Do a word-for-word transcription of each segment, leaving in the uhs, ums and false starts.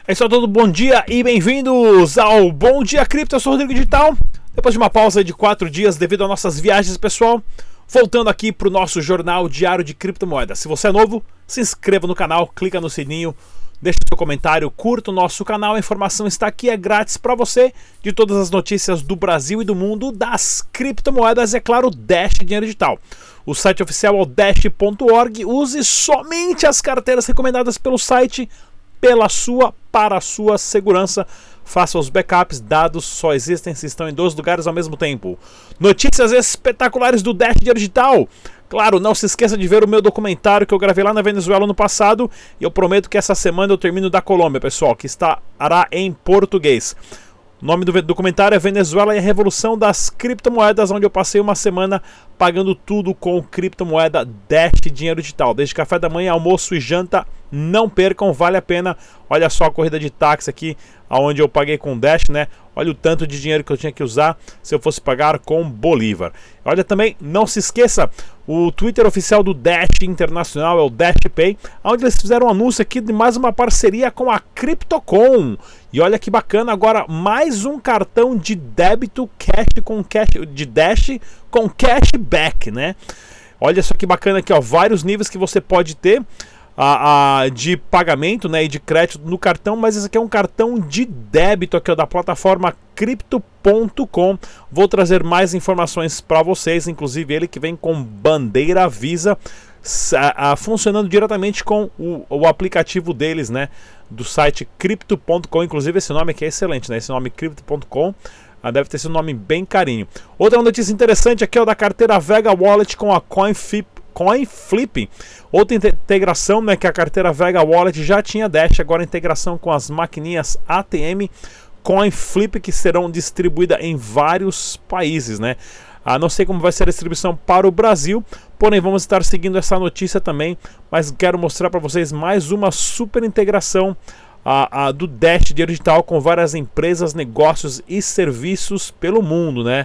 É isso aí, todo bom dia e bem-vindos ao Bom Dia Cripto. Eu sou o Rodrigo Digital. Depois de uma pausa de quatro dias devido às nossas viagens, pessoal, voltando aqui para o nosso jornal diário de criptomoedas. Se você é novo, se inscreva no canal, clica no sininho, deixa seu comentário, curta o nosso canal. A informação está aqui, é grátis para você, de todas as notícias do Brasil e do mundo das criptomoedas, e é claro, Dash Dinheiro Digital. O site oficial é o dash ponto org. Use somente as carteiras recomendadas pelo site, pela sua, para a sua segurança. Faça os backups, dados só existem se estão em dois lugares ao mesmo tempo. Notícias espetaculares do Dash Dinheiro Digital. Claro, não se esqueça de ver o meu documentário que eu gravei lá na Venezuela no passado. E eu prometo que essa semana eu termino da Colômbia, pessoal, que estará em português. O nome do documentário é Venezuela e a Revolução das Criptomoedas, onde eu passei uma semana pagando tudo com criptomoeda Dash Dinheiro Digital. Desde café da manhã, almoço e janta, não percam, vale a pena. Olha só a corrida de táxi aqui, onde eu paguei com Dash, né? Olha o tanto de dinheiro que eu tinha que usar se eu fosse pagar com Bolívar. Olha também, não se esqueça, o Twitter oficial do Dash Internacional é o DashPay, onde eles fizeram um anúncio aqui de mais uma parceria com a Crypto.com. E olha que bacana, agora mais um cartão de débito cash com cash, de Dash com cashback, né? Olha só que bacana aqui, ó, vários níveis que você pode ter a, a, de pagamento, né, e de crédito no cartão, mas esse aqui é um cartão de débito aqui, ó, da plataforma Crypto ponto com. Vou trazer mais informações para vocês, inclusive ele que vem com bandeira Visa, a, a, funcionando diretamente com o, o aplicativo deles, né, do site Crypto ponto com. Inclusive esse nome aqui é excelente, né, esse nome Crypto ponto com. Ah, deve ter sido um nome bem carinho. Outra notícia interessante aqui é o da carteira Vega Wallet com a CoinFlip. CoinFlip. Outra integração, né, que a carteira Vega Wallet já tinha Dash, agora a integração com as maquininhas A T M CoinFlip, que serão distribuídas em vários países, né? Ah, não sei como vai ser a distribuição para o Brasil, porém vamos estar seguindo essa notícia também, mas quero mostrar para vocês mais uma super integração A, a, do Dash Dinheiro Digital com várias empresas, negócios e serviços pelo mundo, né?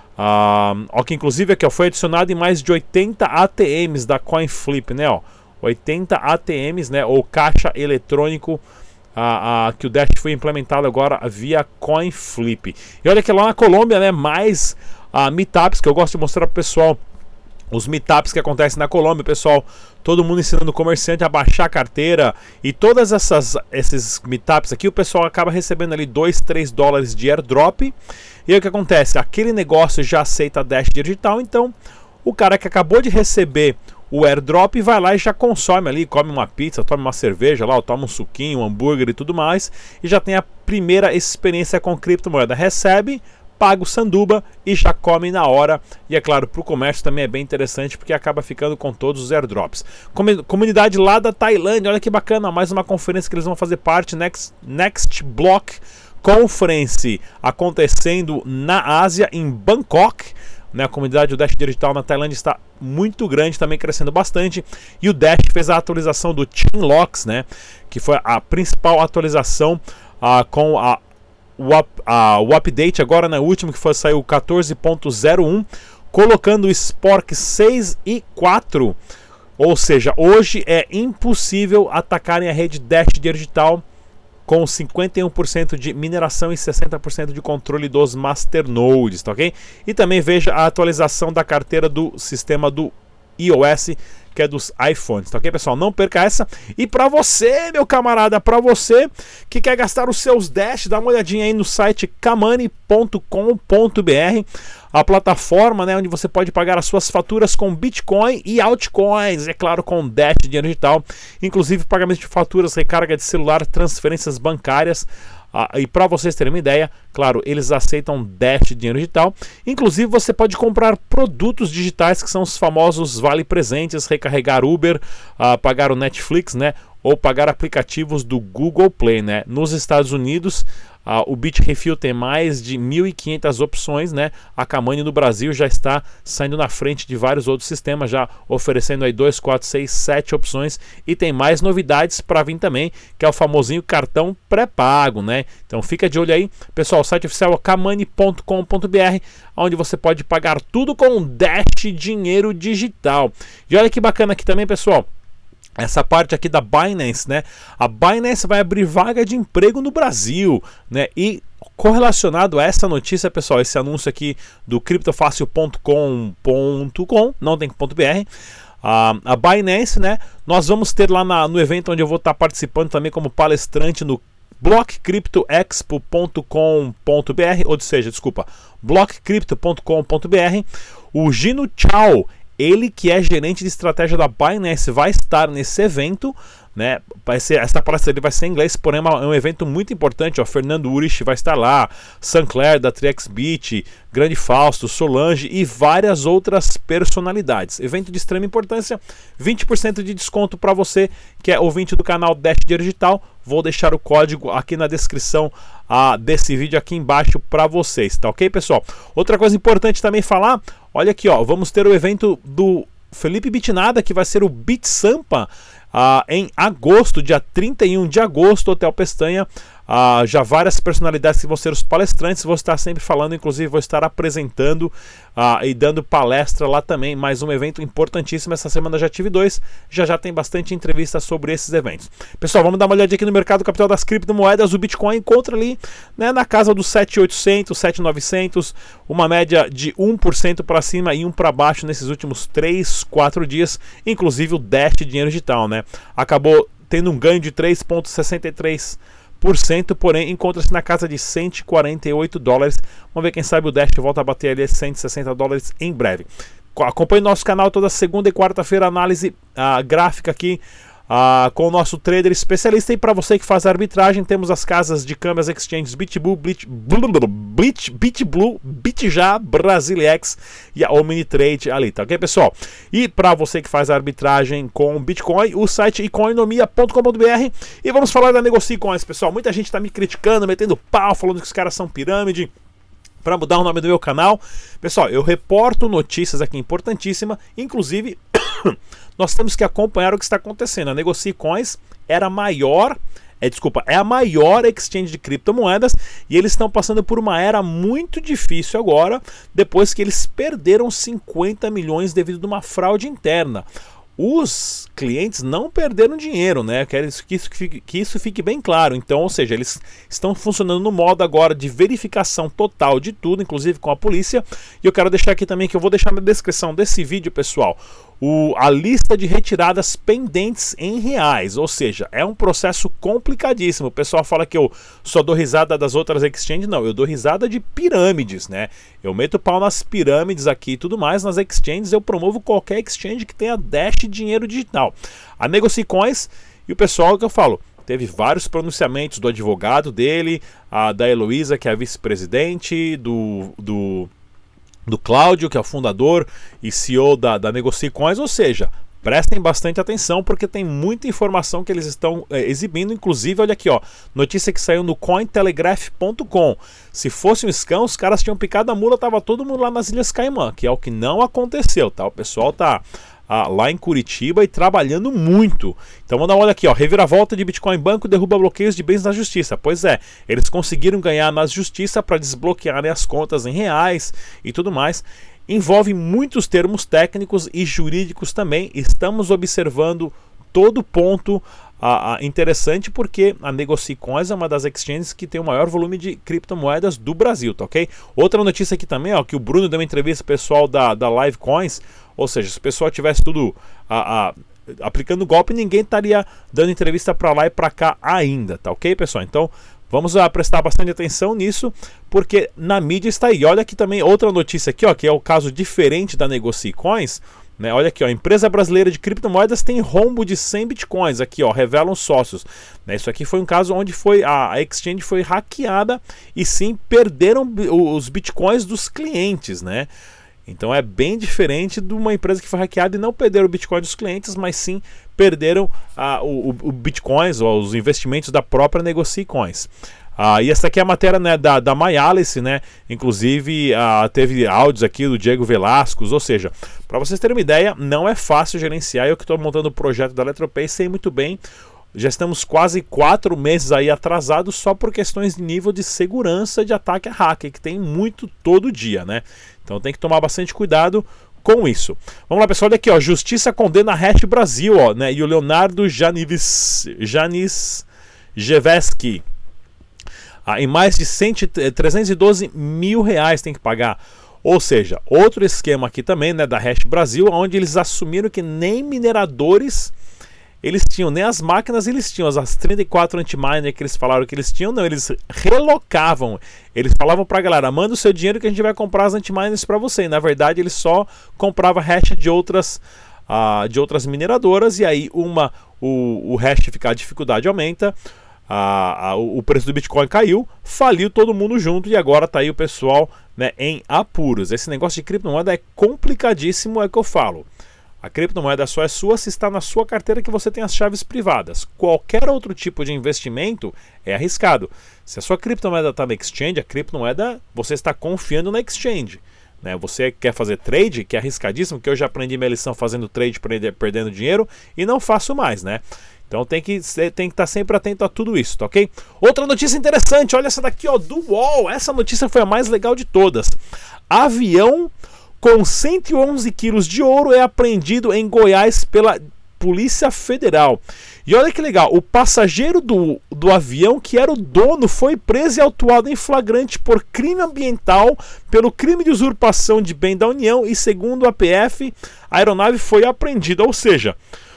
Ah, ó, que inclusive aqui, ó, foi adicionado em mais de oitenta A T Ms da CoinFlip, né? Ó, oitenta A T Ms, né? Ou caixa eletrônico, ah, ah, que o Dash foi implementado agora via CoinFlip. E olha que lá na Colômbia, né? Mais ah, meetups que eu gosto de mostrar para o pessoal. Os meetups que acontecem na Colômbia, pessoal, todo mundo ensinando o comerciante a baixar a carteira. E todas essas esses meetups aqui, o pessoal acaba recebendo ali dois, três dólares de airdrop. E aí o que acontece? Aquele negócio já aceita Dash Digital, então o cara que acabou de receber o airdrop vai lá e já consome ali, come uma pizza, toma uma cerveja lá, toma um suquinho, um hambúrguer e tudo mais. E já tem a primeira experiência com criptomoeda. Recebe, paga o sanduba e já come na hora. E é claro, para o comércio também é bem interessante, porque acaba ficando com todos os airdrops. Comunidade lá da Tailândia, olha que bacana, mais uma conferência que eles vão fazer parte, Next, Next Block Conference, acontecendo na Ásia, em Bangkok, né? A comunidade do Dash Digital na Tailândia está muito grande, também crescendo bastante. E o Dash fez a atualização do Chainlocks, né? Que foi a principal atualização uh, com a O, up, uh, o update agora, né, o último que foi, saiu quatorze ponto zero um, colocando o Spork seis e quatro. Ou seja, hoje é impossível atacarem a rede Dash Digital com cinquenta e um por cento de mineração e sessenta por cento de controle dos masternodes, tá ok? E também veja a atualização da carteira do sistema do iOS, que é dos iPhones, tá ok, pessoal? Não perca essa. E para você, meu camarada, para você que quer gastar os seus Dash, dá uma olhadinha aí no site kamani ponto com ponto br, a plataforma, né, onde você pode pagar as suas faturas com Bitcoin e altcoins, é claro, com Dash Dinheiro Digital, inclusive pagamento de faturas, recarga de celular, transferências bancárias. Ah, e para vocês terem uma ideia, claro, eles aceitam Dash Dinheiro Digital. Inclusive você pode comprar produtos digitais, que são os famosos vale presentes, recarregar Uber, ah, pagar o Netflix, né, ou pagar aplicativos do Google Play, né. Nos Estados Unidos, ah, o Bitrefill tem mais de mil e quinhentas opções, né. A Kamani no Brasil já está saindo na frente de vários outros sistemas, já oferecendo aí dois, quatro, seis, sete opções, e tem mais novidades para vir também, que é o famosinho cartão pré-pago, né. Então fica de olho aí, pessoal. O site oficial é kamani ponto com ponto br, onde você pode pagar tudo com Dash Dinheiro Digital. E olha que bacana aqui também, pessoal. essa parte aqui da Binance, né? A Binance vai abrir vaga de emprego no Brasil, né? E correlacionado a essa notícia, pessoal, esse anúncio aqui do criptofácil ponto com ponto com, não tem ponto .br, a, a Binance, né? Nós vamos ter lá na, no evento onde eu vou estar participando também como palestrante no block crypto expo ponto com ponto br, ou seja, desculpa, block crypto ponto com ponto br, o Gino Chao, ele que é gerente de estratégia da Binance, vai estar nesse evento, né? Vai ser, essa palestra dele vai ser em inglês, porém é um evento muito importante. O Fernando Urich vai estar lá, Sinclair da TriXBit, Grande Fausto, Solange e várias outras personalidades. Evento de extrema importância, vinte por cento de desconto para você que é ouvinte do canal Dash Dinheiro Digital. Vou deixar o código aqui na descrição ah, desse vídeo aqui embaixo para vocês, tá ok, pessoal? Outra coisa importante também falar, olha aqui, ó, vamos ter o evento do Felipe Bitnada, que vai ser o Bit Sampa, ah, em agosto, dia trinta e um de agosto, Hotel Pestanha. Ah, já várias personalidades que vão ser os palestrantes, vou estar sempre falando, inclusive vou estar apresentando ah, e dando palestra lá também, mais um evento importantíssimo. Essa semana já tive dois, já já tem bastante entrevista sobre esses eventos. Pessoal, vamos dar uma olhadinha aqui no mercado capital das criptomoedas. O Bitcoin encontra ali, né, na casa dos sete mil e oitocentos, sete mil e novecentos, uma média de um por cento para cima e um para baixo nesses últimos três, quatro dias, inclusive o Dash Dinheiro Digital, né, acabou tendo um ganho de três vírgula sessenta e três por cento, porém encontra-se na casa de cento e quarenta e oito dólares. Vamos ver, quem sabe o Dash volta a bater ali cento e sessenta dólares em breve. Acompanhe nosso canal toda segunda e quarta-feira, análise uh, gráfica aqui uh, com o nosso trader especialista. E para você que faz arbitragem, temos as casas de câmbios exchanges BitBlue, Bit, Bit, BitBlue, BitJa, Brasilex e a Omnitrade ali, tá ok, pessoal? E para você que faz arbitragem com Bitcoin, o site economia ponto com ponto br. E vamos falar da NegociCoins, pessoal. Muita gente está me criticando, metendo pau, falando que os caras são pirâmide. Para mudar o nome do meu canal, pessoal, eu reporto notícias aqui importantíssimas, inclusive nós temos que acompanhar o que está acontecendo. A NegociCoins era maior, é, desculpa, é a maior exchange de criptomoedas e eles estão passando por uma era muito difícil agora, depois que eles perderam cinquenta milhões devido a uma fraude interna. Os clientes não perderam dinheiro, né? Quero que isso fique, que isso fique bem claro. Então, ou seja, eles estão funcionando no modo agora de verificação total de tudo, inclusive com a polícia. E eu quero deixar aqui também, que eu vou deixar na descrição desse vídeo, pessoal, o, a lista de retiradas pendentes em reais. Ou seja, é um processo complicadíssimo. O pessoal fala que eu só dou risada das outras exchanges. Não, eu dou risada de pirâmides, né? Eu meto pau nas pirâmides aqui e tudo mais. Nas exchanges eu promovo qualquer exchange que tenha Dash Dinheiro Digital. A NegociCoins, e o pessoal que eu falo, teve vários pronunciamentos do advogado dele, a da Heloísa, que é a vice-presidente, do, do, do Cláudio, que é o fundador e C E O da, da NegociCoins, ou seja, prestem bastante atenção porque tem muita informação que eles estão é, exibindo. Inclusive, olha aqui, ó, notícia que saiu no cointelegraph ponto com. Se fosse um scam, os caras tinham picado a mula, tava todo mundo lá nas Ilhas Caimã, que é o que não aconteceu, tá? O pessoal tá Ah, lá em Curitiba e trabalhando muito. Então vamos dar uma olhada aqui, ó. Reviravolta de Bitcoin Banco derruba bloqueios de bens na justiça. Pois é, eles conseguiram ganhar na justiça para desbloquearem as contas em reais e tudo mais. Envolve muitos termos técnicos e jurídicos também. Estamos observando todo ponto ah, ah, interessante, porque a NegociCoins é uma das exchanges que tem o maior volume de criptomoedas do Brasil, tá ok? Outra notícia aqui também, ó, que o Bruno deu uma entrevista pessoal da, da Livecoins. Ou seja, se o pessoal tivesse tudo a, a, aplicando golpe, ninguém estaria dando entrevista para lá e para cá ainda, tá ok, pessoal? Então vamos a, prestar bastante atenção nisso, porque na mídia está aí. Olha aqui também outra notícia aqui, ó, que é o caso diferente da NegociCoins, né? Olha aqui, ó, a empresa brasileira de criptomoedas tem rombo de cem bitcoins, aqui, ó, revelam sócios, né? Isso aqui foi um caso onde foi a, a exchange foi hackeada e sim perderam os bitcoins dos clientes, né? Então é bem diferente de uma empresa que foi hackeada e não perderam o Bitcoin dos clientes, mas sim perderam ah, o, o Bitcoins ou os investimentos da própria NegociCoins. Ah, e essa aqui é a matéria, né, da, da MyAlice, né? Inclusive ah, teve áudios aqui do Diego Velascos, ou seja, para vocês terem uma ideia, não é fácil gerenciar. Eu que estou montando o projeto da Eletropay sei muito bem. Já estamos quase quatro meses aí atrasados só por questões de nível de segurança de ataque a hacker, que tem muito todo dia, né? Então tem que tomar bastante cuidado com isso. Vamos lá, pessoal, olha aqui, ó, Justiça condena a Hash Brasil, ó, né, e o Leonardo Janis, Janis Geveski, ah, em mais de cem, trezentos e doze mil reais tem que pagar. Ou seja, outro esquema aqui também, né, da Hash Brasil, onde eles assumiram que nem mineradores eles tinham, nem as máquinas eles tinham, as trinta e quatro anti-miner que eles falaram que eles tinham, não, eles relocavam. Eles falavam pra galera, manda o seu dinheiro que a gente vai comprar as anti-miners pra você. E na verdade eles só compravam hash de outras, uh, de outras mineradoras, e aí uma, o, o hash ficar, a dificuldade aumenta, uh, uh, o preço do Bitcoin caiu, faliu todo mundo junto, e agora tá aí o pessoal, né, em apuros. Esse negócio de criptomoeda é complicadíssimo, é o que eu falo. A criptomoeda só é sua se está na sua carteira que você tem as chaves privadas. Qualquer outro tipo de investimento é arriscado. Se a sua criptomoeda está na exchange, a criptomoeda você está confiando na exchange, né? Você quer fazer trade, que é arriscadíssimo, que eu já aprendi minha lição fazendo trade, perdendo dinheiro, e não faço mais, né? Então tem que, tem que estar sempre atento a tudo isso, tá ok? Outra notícia interessante, olha essa daqui, ó, do U O L. Essa notícia foi a mais legal de todas. Avião com cento e onze quilos de ouro é apreendido em Goiás pela Polícia Federal. E olha que legal, o passageiro do, do avião, que era o dono, foi preso e autuado em flagrante por crime ambiental, pelo crime de usurpação de bem da União, e segundo a P F, a aeronave foi apreendida. Ou seja,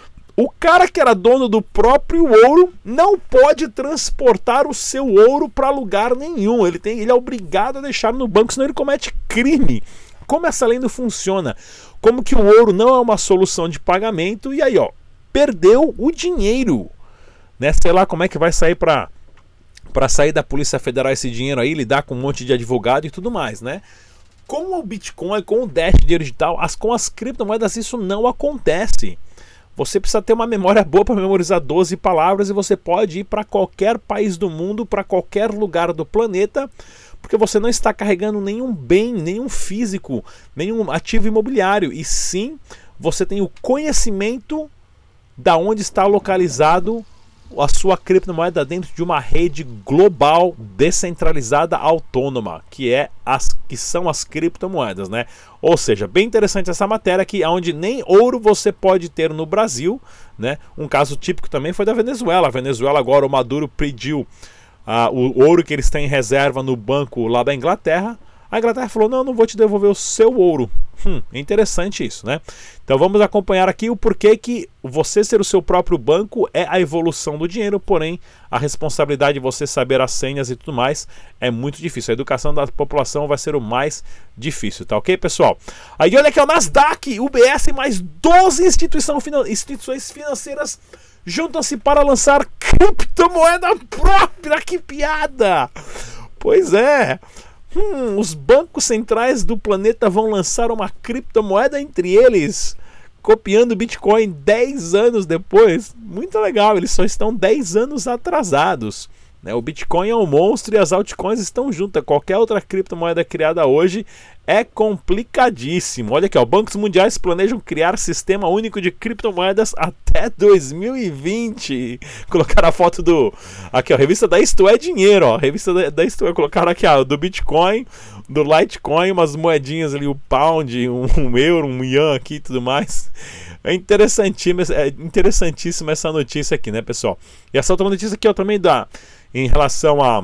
o cara que era dono do próprio ouro não pode transportar o seu ouro para lugar nenhum. Ele, tem, ele é obrigado a deixar no banco, senão ele comete crime. Como essa lei não funciona? Como que o ouro não é uma solução de pagamento? E aí, ó, perdeu o dinheiro, né? Sei lá como é que vai sair para para sair da Polícia Federal esse dinheiro aí, lidar com um monte de advogado e tudo mais, né? Com o Bitcoin, com o Dash dinheiro digital, as, com as criptomoedas isso não acontece. Você precisa ter uma memória boa para memorizar doze palavras e você pode ir para qualquer país do mundo, para qualquer lugar do planeta, porque você não está carregando nenhum bem, nenhum físico, nenhum ativo imobiliário, e sim você tem o conhecimento da onde está localizado a sua criptomoeda dentro de uma rede global, descentralizada, autônoma, que é as que são as criptomoedas, né? Ou seja, bem interessante essa matéria aqui, onde nem ouro você pode ter no Brasil, né? Um caso típico também foi da Venezuela. A Venezuela agora, o Maduro pediu Uh, o ouro que eles têm em reserva no banco lá da Inglaterra. A Inglaterra falou, não, não vou te devolver o seu ouro. Hum, interessante isso, né? Então vamos acompanhar aqui o porquê que você ser o seu próprio banco é a evolução do dinheiro, porém a responsabilidade de você saber as senhas e tudo mais é muito difícil. A educação da população vai ser o mais difícil, tá ok, pessoal? Aí olha aqui, o Nasdaq, U B S e mais doze instituições financeiras juntam-se para lançar criptomoeda própria. Que piada! Pois é, hum, os bancos centrais do planeta vão lançar uma criptomoeda entre eles, copiando o Bitcoin dez anos depois. Muito legal, eles só estão dez anos atrasados, né? O Bitcoin é um monstro e as altcoins estão juntas. Qualquer outra criptomoeda criada hoje é complicadíssimo. Olha aqui, ó, bancos mundiais planejam criar sistema único de criptomoedas até dois mil e vinte. Colocaram a foto do... Aqui, ó, a revista da Isto É Dinheiro, ó. A revista da, da Isto É. Colocaram aqui, ó, do Bitcoin, do Litecoin, umas moedinhas ali, o Pound, um, um euro, um Yuan aqui e tudo mais. É interessantíssima, é interessantíssima essa notícia aqui, né, pessoal? E essa outra notícia aqui, ó, também dá em relação a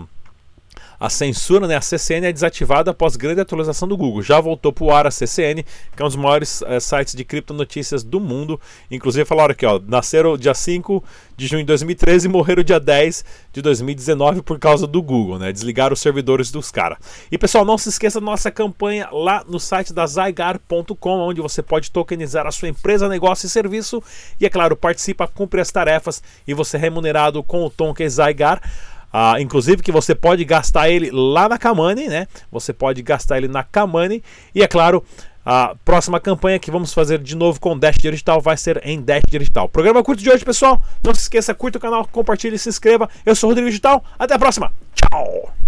a censura, né? A C C N é desativada após grande atualização do Google. Já voltou para o ar a C C N, que é um dos maiores é, sites de criptonotícias do mundo. Inclusive falaram aqui, ó, nasceram dia cinco de junho de dois mil e treze e morreram dia dez de dois mil e dezenove por causa do Google, né? Desligaram os servidores dos caras. E pessoal, não se esqueça da nossa campanha lá no site da Zygar ponto com, onde você pode tokenizar a sua empresa, negócio e serviço. E é claro, participa, cumpre as tarefas e você é remunerado com o token Zygar. Ah, inclusive que você pode gastar ele lá na K-Money, né? Você pode gastar ele na K-Money. E é claro, a próxima campanha que vamos fazer de novo com Dash Digital vai ser em Dash Digital. Programa curto de hoje, pessoal. Não se esqueça, curta o canal, compartilhe e se inscreva. Eu sou o Rodrigo Digital. Até a próxima. Tchau!